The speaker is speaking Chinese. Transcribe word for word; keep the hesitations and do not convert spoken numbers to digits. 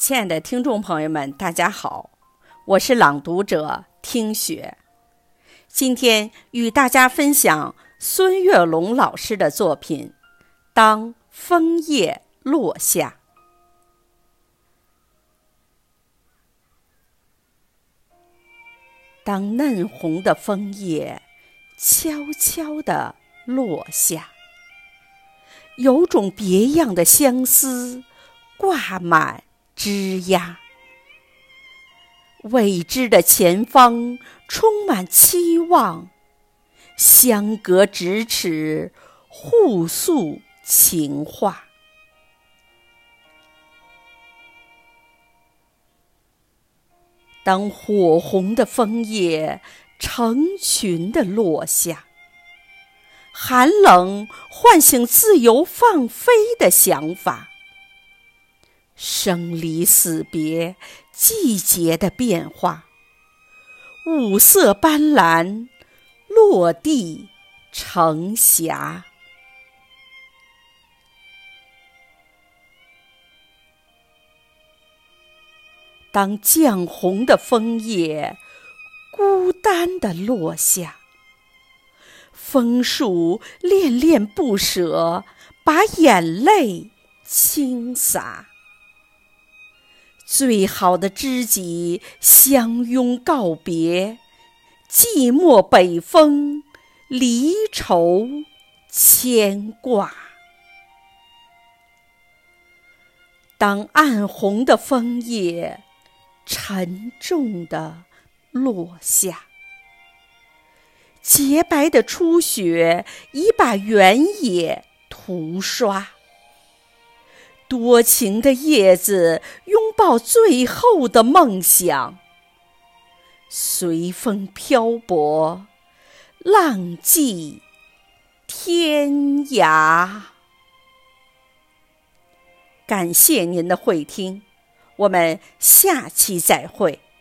亲爱的听众朋友们，大家好，我是朗读者听雪。今天与大家分享孙月龙老师的作品《当枫叶落下》。当嫩红的枫叶悄悄地落下，有种别样的相思挂满枝桠，未知的前方充满期望，相隔咫尺，互诉情话。当火红的枫叶成群地落下，寒冷唤醒自由放飞的想法，生离死别，季节的变化，五色斑斓，落地成霞。当绛红的枫叶孤单地落下，枫树恋恋不舍，把眼泪倾洒。最好的知己相拥告别，寂寞北风，离愁牵挂。当暗红的枫叶沉重地落下，洁白的初雪已把原野涂刷，多情的叶子拥抱最后的梦想，随风漂泊，浪迹天涯。感谢您的会听，我们下期再会。